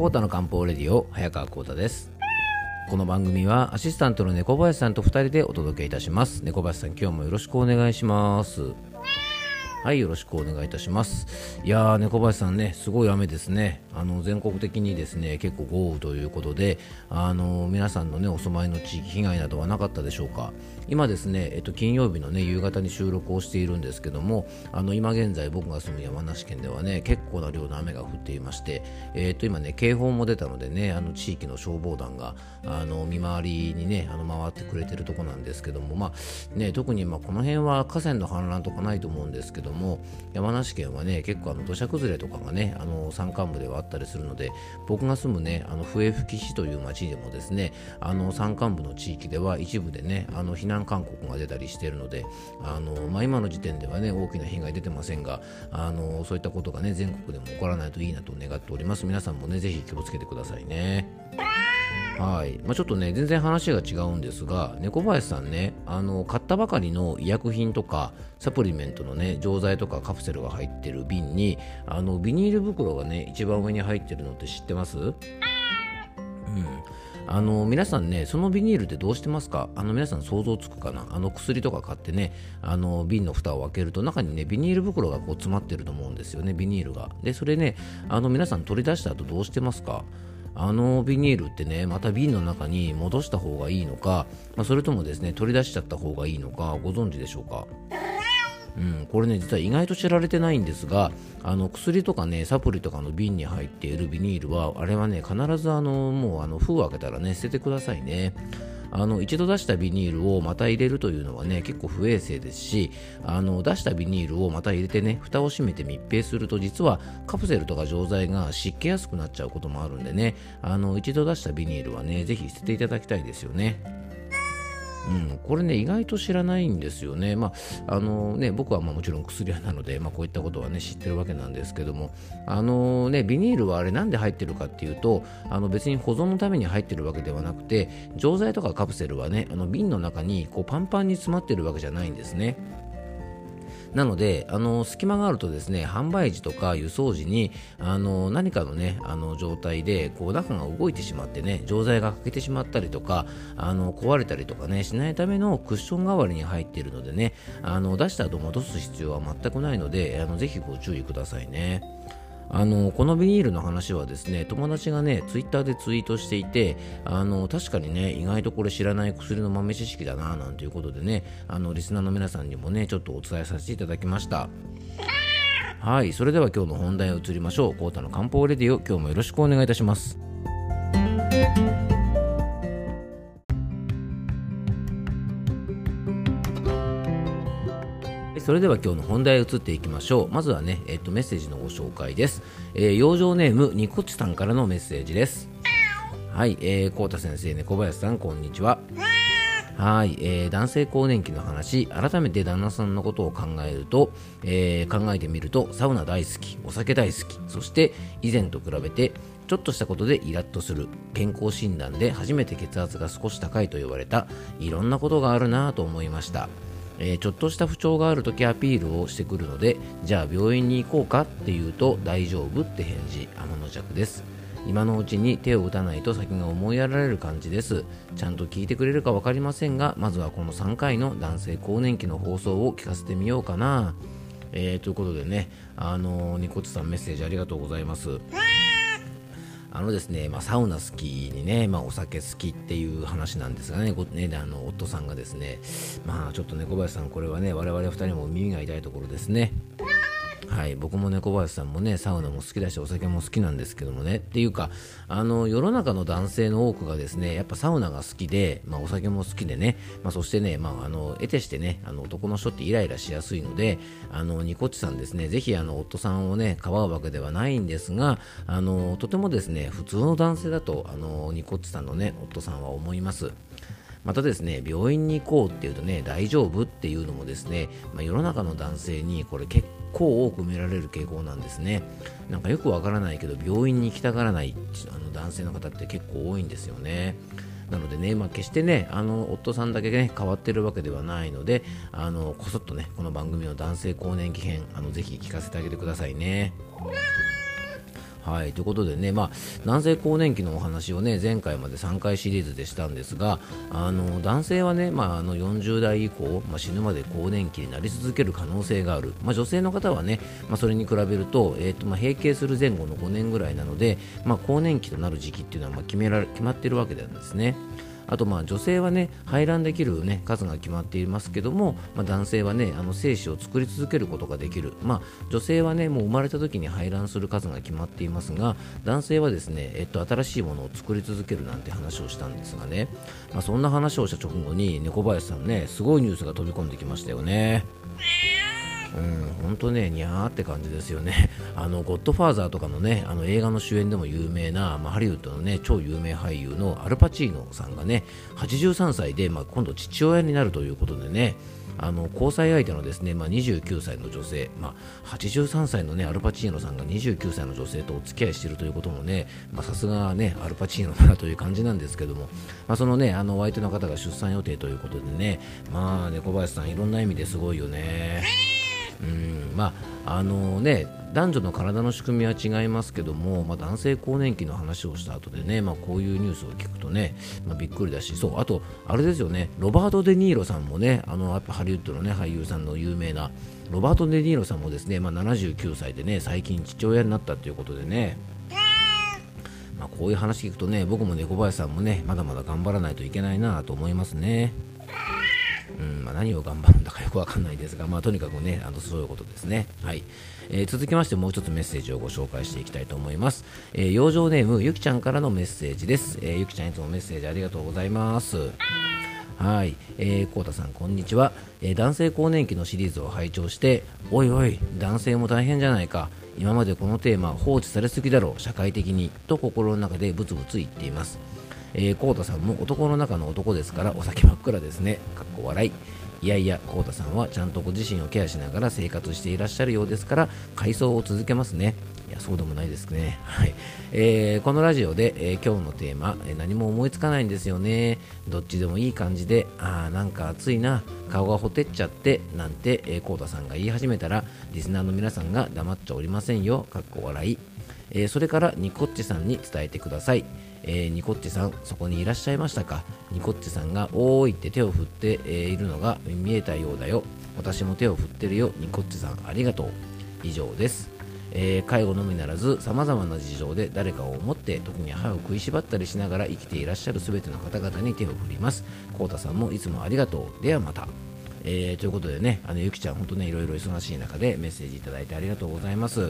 コータの漢方レディオ、早川コータです。この番組はアシスタントの猫林さんと2人でお届けいたします。猫林さん、今日もよろしくお願いします。はい、よろしくお願いいたします。いやー、猫林さんね、すごい雨ですね。全国的にですね、結構豪雨ということで、皆さんのね、お住まいの地域被害などはなかったでしょうか。今ですね、金曜日のね、夕方に収録をしているんですけども、今現在僕が住む山梨県ではね、結構な量の雨が降っていまして、今ね、警報も出たのでね、地域の消防団が見回りにね、回ってくれてるとこなんですけども、特にこの辺は河川の氾濫とかないと思うんですけども、山梨県はね、結構土砂崩れとかがね、山間部ではあったりするので、僕が住むね、笛吹市という町でもですね、山間部の地域では一部でね、避難勧告が出たりしているので、今の時点ではね、大きな被害出てませんが、そういったことがね、全国でも起こらないといいなと願っております。皆さんもね、ぜひ気をつけてくださいね。はい、ちょっとね、全然話が違うんですが、猫林さんね、買ったばかりの医薬品とかサプリメントのね、錠剤とかカプセルが入ってる瓶にビニール袋がね、一番上に入ってるのって知ってます？皆さんね、そのビニールってどうしてますか？皆さん想像つくかな？薬とか買ってね、瓶の蓋を開けると中にね、ビニール袋がこう詰まってると思うんですよね、ビニールが。で、それね、皆さん取り出した後どうしてますか？ビニールってね、また瓶の中に戻した方がいいのか、それともですね、取り出しちゃった方がいいのか、ご存知でしょうか？これね、実は意外と知られてないんですが、薬とかね、サプリとかの瓶に入っているビニールは、あれはね、必ずもう封を開けたらね、捨ててくださいね。一度出したビニールをまた入れるというのはね、結構不衛生ですし、出したビニールをまた入れてね、蓋を閉めて密閉すると、実はカプセルとか錠剤が湿気やすくなっちゃうこともあるんでね、一度出したビニールはね、ぜひ捨てていただきたいですよね。これね、意外と知らないんですよね。僕はもちろん薬屋なので、こういったことはね、知ってるわけなんですけども、ビニールはあれなんで入ってるかっていうと、別に保存のために入ってるわけではなくて、錠剤とかカプセルはね、瓶の中にこうパンパンに詰まってるわけじゃないんですね。なので隙間があるとですね、販売時とか輸送時に何かのね状態でこう中が動いてしまってね、錠剤が欠けてしまったりとか壊れたりとかねしないためのクッション代わりに入っているのでね、出した後戻す必要は全くないのでぜひご注意くださいね。このビニールの話はですね、友達がねツイッターでツイートしていて、確かにね、意外とこれ知らない薬の豆知識だななんていうことでね、リスナーの皆さんにもねちょっとお伝えさせていただきました。はい、それでは今日の本題を移りましょう。コータの漢方レディオ、今日もよろしくお願いいたします。それでは今日の本題へ移っていきましょう。まずはね、メッセージのご紹介です。養生ネームニコッチさんからのメッセージです。はい、コータ先生、猫林さん、こんにちは。はい、男性更年期の話、改めて旦那さんのことを考えてみると、サウナ大好き、お酒大好き、そして以前と比べてちょっとしたことでイラッとする、健康診断で初めて血圧が少し高いと言われた、いろんなことがあるなと思いました。ちょっとした不調があるときアピールをしてくるので、じゃあ病院に行こうかって言うと大丈夫って返事、天の弱です。今のうちに手を打たないと先が思いやられる感じです。ちゃんと聞いてくれるか分かりませんが、まずはこの3回の男性更年期の放送を聞かせてみようかな。ということでね、ニコッチさんメッセージありがとうございます。ですね、サウナ好きにね、お酒好きっていう話なんですがね、夫さんがですね、ちょっと猫林さん、これはね、我々2人も耳が痛いところですね。はい、僕も猫林さんもね、サウナも好きだしお酒も好きなんですけどもね、っていうか世の中の男性の多くがですね、やっぱサウナが好きで、お酒も好きでね、そしてね、得てしてね、男の人ってイライラしやすいので、ニコッチさんですね、ぜひ夫さんをねかばうわけではないんですが、とてもですね普通の男性だとニコッチさんのね夫さんは思います。またですね、病院に行こうっていうとね、大丈夫っていうのもですね、世の中の男性にこれ結構多く見られる傾向なんですね。なんかよくわからないけど病院に行きたがらない男性の方って結構多いんですよね。なのでね、決してね夫さんだけね変わってるわけではないので、こそっとねこの番組の男性更年期編ぜひ聞かせてあげてくださいね。 はい、ということでね、男性更年期のお話をね前回まで3回シリーズでしたんですが、男性はね、40代以降、死ぬまで更年期になり続ける可能性がある、女性の方はね、それに比べると、閉経する前後の5年ぐらいなので、更年期となる時期っていうのは決まっているわけなんですね。あと女性はね排卵できる、数が決まっていますけども、男性はね精子を作り続けることができる、女性はねもう生まれた時に排卵する数が決まっていますが、男性はですね、新しいものを作り続けるなんて話をしたんですがね、そんな話をした直後に猫林さんねすごいニュースが飛び込んできましたよね。本当ねにゃーって感じですよね。ゴッドファーザーとかのね映画の主演でも有名な、ハリウッドのね超有名俳優のアルパチーノさんがね83歳で、今度父親になるということでね、交際相手のですね、29歳の女性、83歳のねアルパチーノさんが29歳の女性とお付き合いしているということもね、さすがねアルパチーノだなという感じなんですけども、そのねお相手の方が出産予定ということでね、猫林さんいろんな意味ですごいよね。男女の体の仕組みは違いますけども、男性更年期の話をした後でね、こういうニュースを聞くとね、びっくりだし、あとあれですよね、ロバート・デ・ニーロさんもね、やっぱハリウッドのね俳優さんの有名なロバート・デ・ニーロさんもですね、79歳でね最近父親になったということでね、こういう話聞くとね、僕も猫林さんもねまだまだ頑張らないといけないなと思いますね。何を頑張るんだかよくわかんないですが、とにかくねそういうことですね。はい、続きましてもう一つメッセージをご紹介していきたいと思います。養生ネームゆきちゃんからのメッセージです。ゆきちゃんいつもメッセージありがとうございます。はい、こうたさんこんにちは。男性更年期のシリーズを拝聴して、おいおい男性も大変じゃないか、今までこのテーマ放置されすぎだろう社会的にと心の中でブツブツ言っています。コウタさんも男の中の男ですからお酒真っ暗ですね。かっこ笑い。いやいや、コウタさんはちゃんとご自身をケアしながら生活していらっしゃるようですから回想を続けますね。いやそうでもないですね。はい、このラジオで、今日のテーマ、何も思いつかないんですよね。どっちでもいい感じで、なんか暑いな、顔がほてっちゃってなんて、コウタさんが言い始めたらリスナーの皆さんが黙っちゃおりませんよ。かっこ笑い。それからニコッチさんに伝えてください。ニコッチさんそこにいらっしゃいましたか。ニコッチさんがおーいって手を振って、いるのが見えたようだよ。私も手を振ってるよ。ニコッチさんありがとう。以上です。介護のみならず様々な事情で誰かを思って時に歯を食いしばったりしながら生きていらっしゃるすべての方々に手を振ります。コウタさんもいつもありがとう。ではまた。ということでね、ゆきちゃん本当ねいろいろ忙しい中でメッセージいただいてありがとうございます。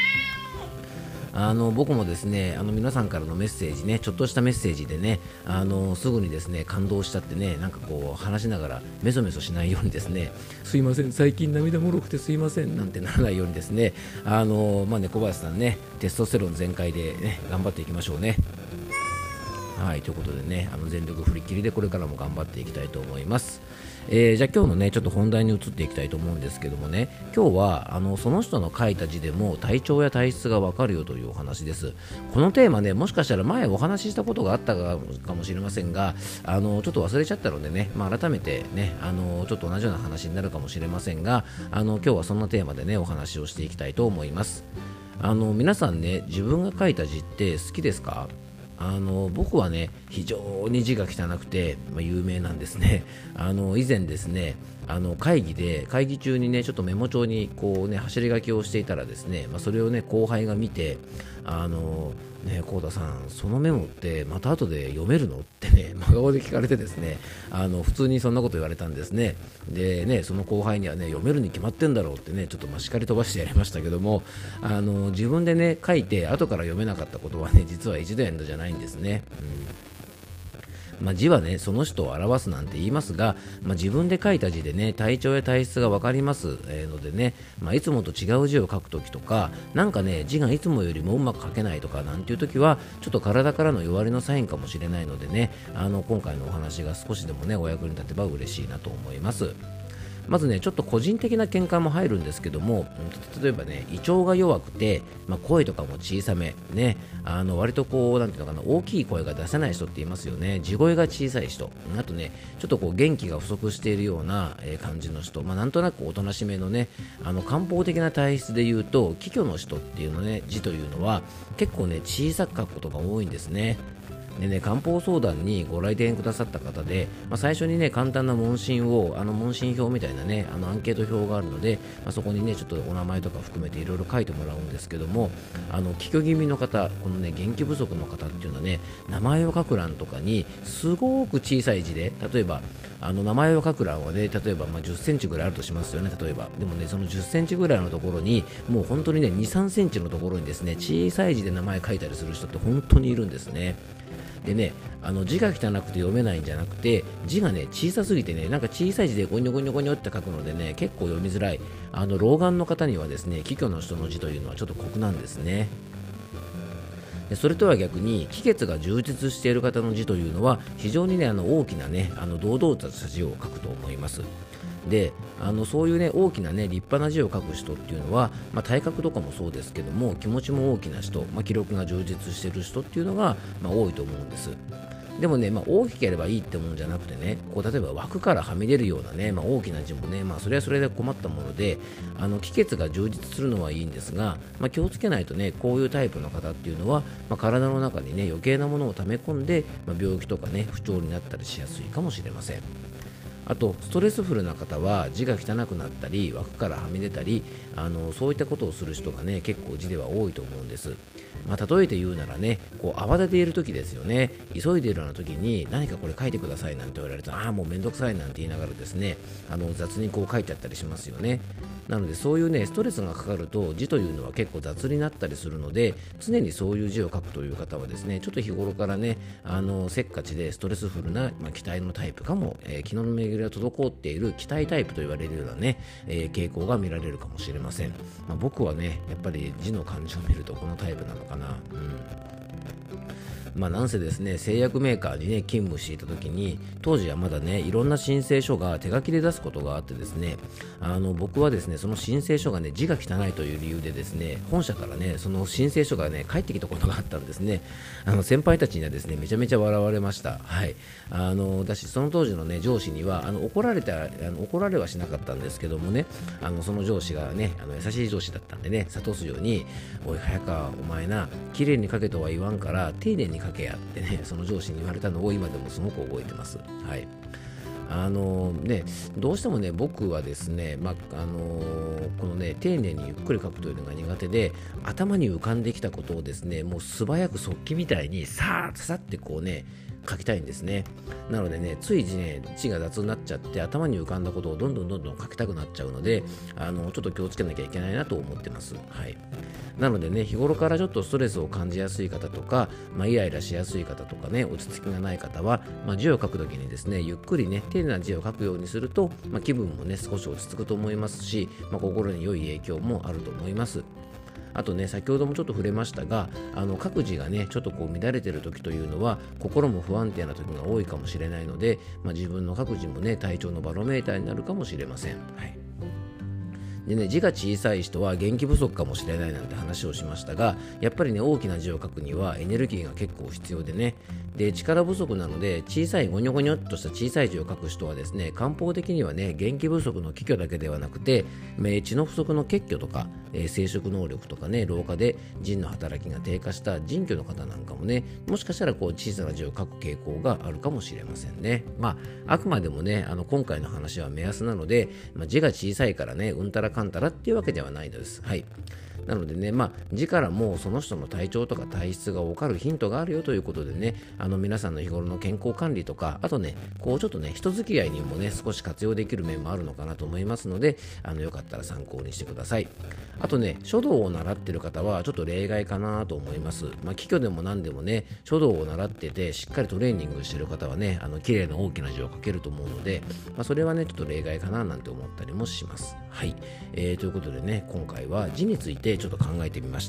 僕もですね皆さんからのメッセージね、ちょっとしたメッセージでねすぐにですね感動しちゃってね、なんかこう話しながらメソメソしないようにですね、すいません最近涙もろくてすいませんなんてならないようにですね、猫林さんねテストステロン全開でね頑張っていきましょうね。はい、ということでね全力振り切りでこれからも頑張っていきたいと思います。じゃあ今日のねちょっと本題に移っていきたいと思うんですけどもね、今日はその人の書いた字でも体調や体質がわかるよというお話です。このテーマねもしかしたら前お話ししたことがあったかもしれませんがちょっと忘れちゃったのでね、改めてねちょっと同じような話になるかもしれませんが今日はそんなテーマでねお話をしていきたいと思います。皆さんね自分が書いた字って好きですか？僕はね非常に字が汚くて、有名なんですね。以前ですね会議中にねちょっとメモ帳にこうね走り書きをしていたらですね、それをね後輩が見てコウタさんそのメモってまた後で読めるのってね真顔で聞かれてですね普通にそんなこと言われたんですね。でねその後輩にはね読めるに決まってんだろうってねちょっと叱り飛ばしてやりましたけども、自分でね書いて後から読めなかったことはね実は一度や二度じゃないんですね。字はねその人を表すなんて言いますが、自分で書いた字でね体調や体質が分かりますのでね、いつもと違う字を書くときとか、なんかね字がいつもよりもうまく書けないとかなんていうときはちょっと体からの弱りのサインかもしれないのでね、今回のお話が少しでもねお役に立てば嬉しいなと思います。 まずねちょっと個人的な見解も入るんですけども、例えばね胃腸が弱くて、声とかも小さめね、割とこうなんていうのかな、大きい声が出せない人って言いますよね。地声が小さい人、あとねちょっとこう元気が不足しているような感じの人、なんとなくおとなしめのね、漢方的な体質で言うと気虚の人っていうのね、字というのは結構ね小さく書くことが多いんですね。でね、漢方相談にご来店くださった方で、最初にね簡単な問診を問診票みたいなねアンケート表があるので、そこにねちょっとお名前とか含めていろいろ書いてもらうんですけども、気虚気味の方、このね元気不足の方っていうのはね、名前を書く欄とかにすごく小さい字で、例えば名前を書く欄はね、例えば10センチぐらいあるとしますよね。例えばでもねその10センチぐらいのところにもう本当にね2、3センチのところにですね小さい字で名前書いたりする人って本当にいるんですね。でね、字が汚くて読めないんじゃなくて、字がね小さすぎてね、なんか小さい字でゴニョゴニョゴニョって書くのでね、結構読みづらい。老眼の方にはですね、気虚の人の字というのはちょっと酷なんですね。でそれとは逆に気血が充実している方の字というのは非常にね大きなね堂々とした字を書くと思います。でそういうね大きなね立派な字を書く人っていうのは、体格とかもそうですけども気持ちも大きな人、記録が充実している人っていうのが、多いと思うんです。でもね、大きければいいってもんじゃなくてね、こう例えば枠からはみ出るようなね、大きな字もね、それはそれで困ったもので、気血が充実するのはいいんですが、気をつけないとね、こういうタイプの方っていうのは、体の中にね余計なものを溜め込んで、病気とかね不調になったりしやすいかもしれません。あとストレスフルな方は字が汚くなったり枠からはみ出たりそういったことをする人がね結構字では多いと思うんです。例えて言うならね、こう慌てている時ですよね。急いでいるような時に何かこれ書いてくださいなんて言われると、もうめんどくさいなんて言いながらですね雑にこう書いてあったりしますよね。なのでそういうねストレスがかかると字というのは結構雑になったりするので、常にそういう字を書くという方はですねちょっと日頃からねせっかちでストレスフルな、気体のタイプかも、気の巡りが滞っている気体タイプと言われるようなね、傾向が見られるかもしれません。僕はねやっぱり字の感じを見るとこのタイプなのかな。なんせですね製薬メーカーにね勤務していた時に、当時はまだねいろんな申請書が手書きで出すことがあってですね、僕はですねその申請書がね字が汚いという理由でですね、本社からねその申請書がね返ってきたことがあったんですね。先輩たちにはですねめちゃめちゃ笑われました。はい。だしその当時のね上司には怒られはしなかったんですけどもね、その上司がね優しい上司だったんでね、諭すように、おい早川お前な、綺麗に書けとは言わんから丁寧に書けやってね、その上司に言われたのを今でもすごく覚えてます。はい。どうしてもね僕はですね、このね丁寧にゆっくり書くというのが苦手で、頭に浮かんできたことをですねもう素早く速記みたいにさーってこうね書きたいんですね。なのでねつい字が雑になっちゃって頭に浮かんだことをどんどん書きたくなっちゃうので、ちょっと気をつけなきゃいけないなと思ってます。はい。なのでね日頃からちょっとストレスを感じやすい方とか、イライラしやすい方とかね落ち着きがない方は、字を書くときにですねゆっくりね丁寧な字を書くようにすると、気分もね少し落ち着くと思いますし、心に良い影響もあると思います。あとね先ほどもちょっと触れましたが、書く字がねちょっとこう乱れてる時というのは心も不安定な時が多いかもしれないので、自分の書く字もね体調のバロメーターになるかもしれません。はい。でね、字が小さい人は元気不足かもしれないなんて話をしましたが、やっぱりね大きな字を書くにはエネルギーが結構必要でね、で力不足なので小さいゴニョゴニョっとした小さい字を書く人はですね、漢方的にはね元気不足の気虚だけではなくて、血の不足の血虚とか、生殖能力とかね老化で腎の働きが低下した腎虚の方なんかもね、もしかしたらこう小さな字を書く傾向があるかもしれませんね。あくまでもね今回の話は目安なので、字が小さいからねうんたらかんたらっていうわけではないです。はい。なのでね、字からもその人の体調とか体質が分かるヒントがあるよということでね、皆さんの日頃の健康管理とか、あとね、こうちょっとね、人付き合いにもね、少し活用できる面もあるのかなと思いますので、よかったら参考にしてください。あとね、書道を習っている方はちょっと例外かなと思います。気虚でも何でもね、書道を習ってて、しっかりトレーニングしている方はね、綺麗な大きな字を書けると思うので、それはね、ちょっと例外かななんて思ったりもします。はい。ということでね、今回は字についてちょっと考えてみました。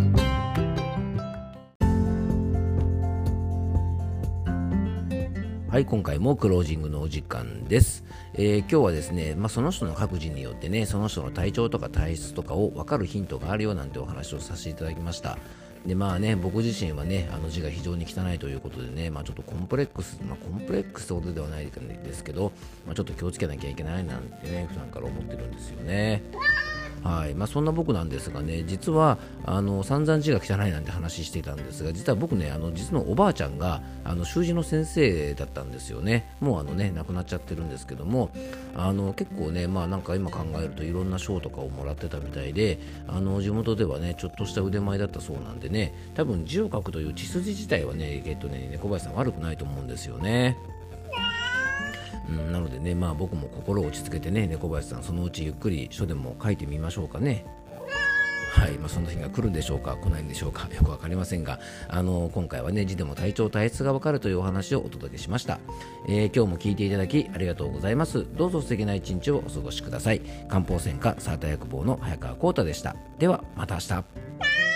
ははい、今回もクロージングのお時間です。今日はですね、その人の各自によってね、その人の体調とか体質とかを分かるヒントがあるよなんてお話をさせていただきました。で僕自身はね字が非常に汚いということでね、ちょっとコンプレックスってことではないですけど、ちょっと気をつけなきゃいけないなんてね普段から思ってるんですよね。はい、そんな僕なんですがね、実は散々字が汚いなんて話していたんですが、実は僕ね実のおばあちゃんが習字の先生だったんですよね。もう亡くなっちゃってるんですけども、結構ねなんか今考えるといろんな賞とかをもらってたみたいで、地元ではねちょっとした腕前だったそうなんでね、多分字を書くという血筋自体はね小林さん悪くないと思うんですよね。なのでね、僕も心を落ち着けてね、猫林さん、そのうちゆっくり書でも書いてみましょうかね。はい、その日が来るんでしょうか、来ないんでしょうか、よくわかりませんが、今回はね、字でも体調体質がわかるというお話をお届けしました。今日も聞いていただきありがとうございます。どうぞ素敵な一日をお過ごしください。漢方専科サーター薬房の早川浩太でした。ではまた明日。